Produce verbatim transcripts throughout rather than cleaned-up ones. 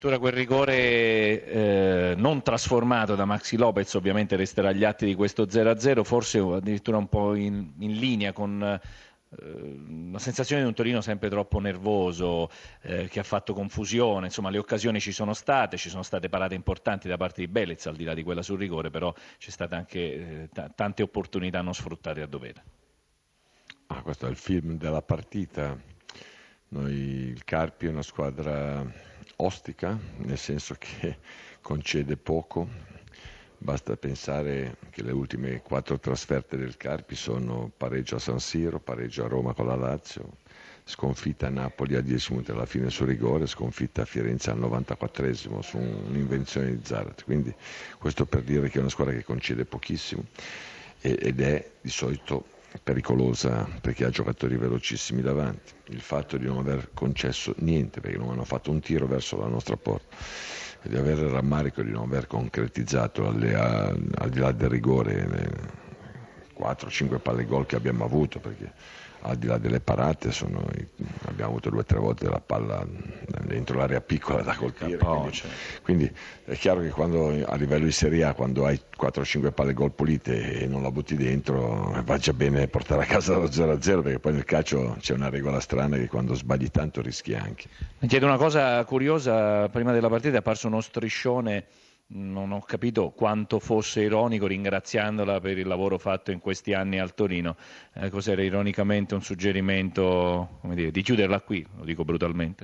Ora quel rigore eh, non trasformato da Maxi Lopez ovviamente resterà agli atti di questo zero a zero, forse addirittura un po' in, in linea con eh, la sensazione di un Torino sempre troppo nervoso, eh, che ha fatto confusione. Insomma, le occasioni ci sono state, ci sono state parate importanti da parte di Belez, al di là di quella sul rigore, però c'è state anche eh, t- tante opportunità non sfruttate a dovere. Ah, questo è il film della partita. Noi, il Carpi è una squadra ostica, nel senso che concede poco. Basta pensare che le ultime quattro trasferte del Carpi sono pareggio a San Siro, pareggio a Roma con la Lazio, sconfitta a Napoli a dieci minuti alla fine su rigore, sconfitta a Firenze al novantaquattresimo su un'invenzione di Zarat. Quindi questo per dire che è una squadra che concede pochissimo ed è di solito pericolosa perché ha giocatori velocissimi davanti. Il fatto di non aver concesso niente, perché non hanno fatto un tiro verso la nostra porta, e di avere il rammarico di non aver concretizzato alle, a, al di là del rigore le quattro cinque palle gol che abbiamo avuto, perché al di là delle parate sono, abbiamo avuto due o tre volte la palla dentro l'area piccola da colpire, quindi, quindi è chiaro che quando a livello di Serie A, quando hai quattro cinque palle gol pulite e non la butti dentro, va già bene portare a casa lo zero a zero, perché poi nel calcio c'è una regola strana che quando sbagli tanto rischi anche. Mi chiedo una cosa curiosa: prima della partita è apparso uno striscione, non ho capito quanto fosse ironico, ringraziandola per il lavoro fatto in questi anni al Torino. Eh, cos'era, ironicamente un suggerimento, come dire, di chiuderla qui, lo dico brutalmente?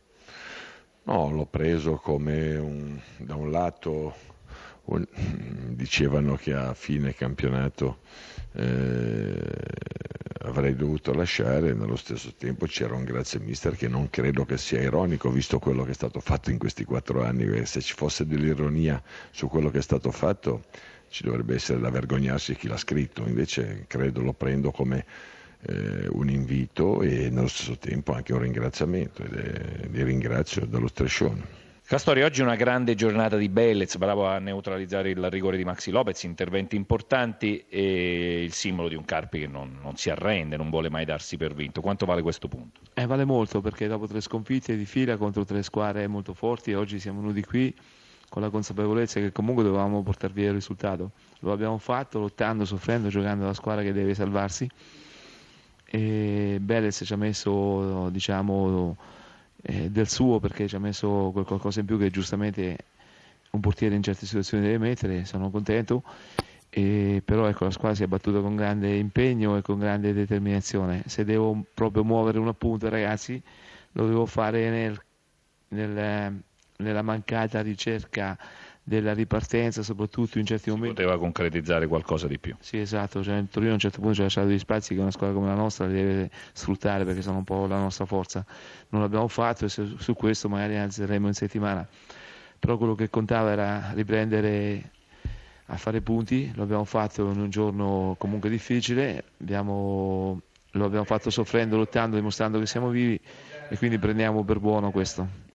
No, l'ho preso come un, da un lato un, dicevano che a fine campionato eh, avrei dovuto lasciare, nello stesso tempo c'era un grazie mister che non credo che sia ironico, visto quello che è stato fatto in questi quattro anni. Se ci fosse dell'ironia su quello che è stato fatto ci dovrebbe essere da vergognarsi chi l'ha scritto, invece credo lo prendo come eh, un invito e nello stesso tempo anche un ringraziamento, ed è, li ringrazio dallo striscione. Castori, oggi una grande giornata di Belez, bravo a neutralizzare il rigore di Maxi Lopez, interventi importanti e il simbolo di un Carpi che non, non si arrende, non vuole mai darsi per vinto. Quanto vale questo punto? Eh, vale molto, perché dopo tre sconfitte di fila contro tre squadre molto forti, oggi siamo venuti qui con la consapevolezza che comunque dovevamo portare via il risultato. Lo abbiamo fatto lottando, soffrendo, giocando la squadra che deve salvarsi, e Belez ci ha messo, diciamo, eh, del suo, perché ci ha messo quel qualcosa in più che giustamente un portiere in certe situazioni deve mettere. Sono contento, e però ecco, la squadra si è battuta con grande impegno e con grande determinazione. Se devo proprio muovere un appunto, ragazzi, lo devo fare nel, nel, nella mancata ricerca della ripartenza, soprattutto in certi si momenti. Poteva concretizzare qualcosa di più. Sì, esatto, cioè, il Torino a un certo punto ci ha lasciato degli spazi che una squadra come la nostra li deve sfruttare, perché sono un po' la nostra forza. Non l'abbiamo fatto e su, su questo magari alzeremo in settimana, però quello che contava era riprendere a fare punti. Lo abbiamo fatto in un giorno comunque difficile, abbiamo, lo abbiamo fatto soffrendo, lottando, dimostrando che siamo vivi, e quindi prendiamo per buono questo.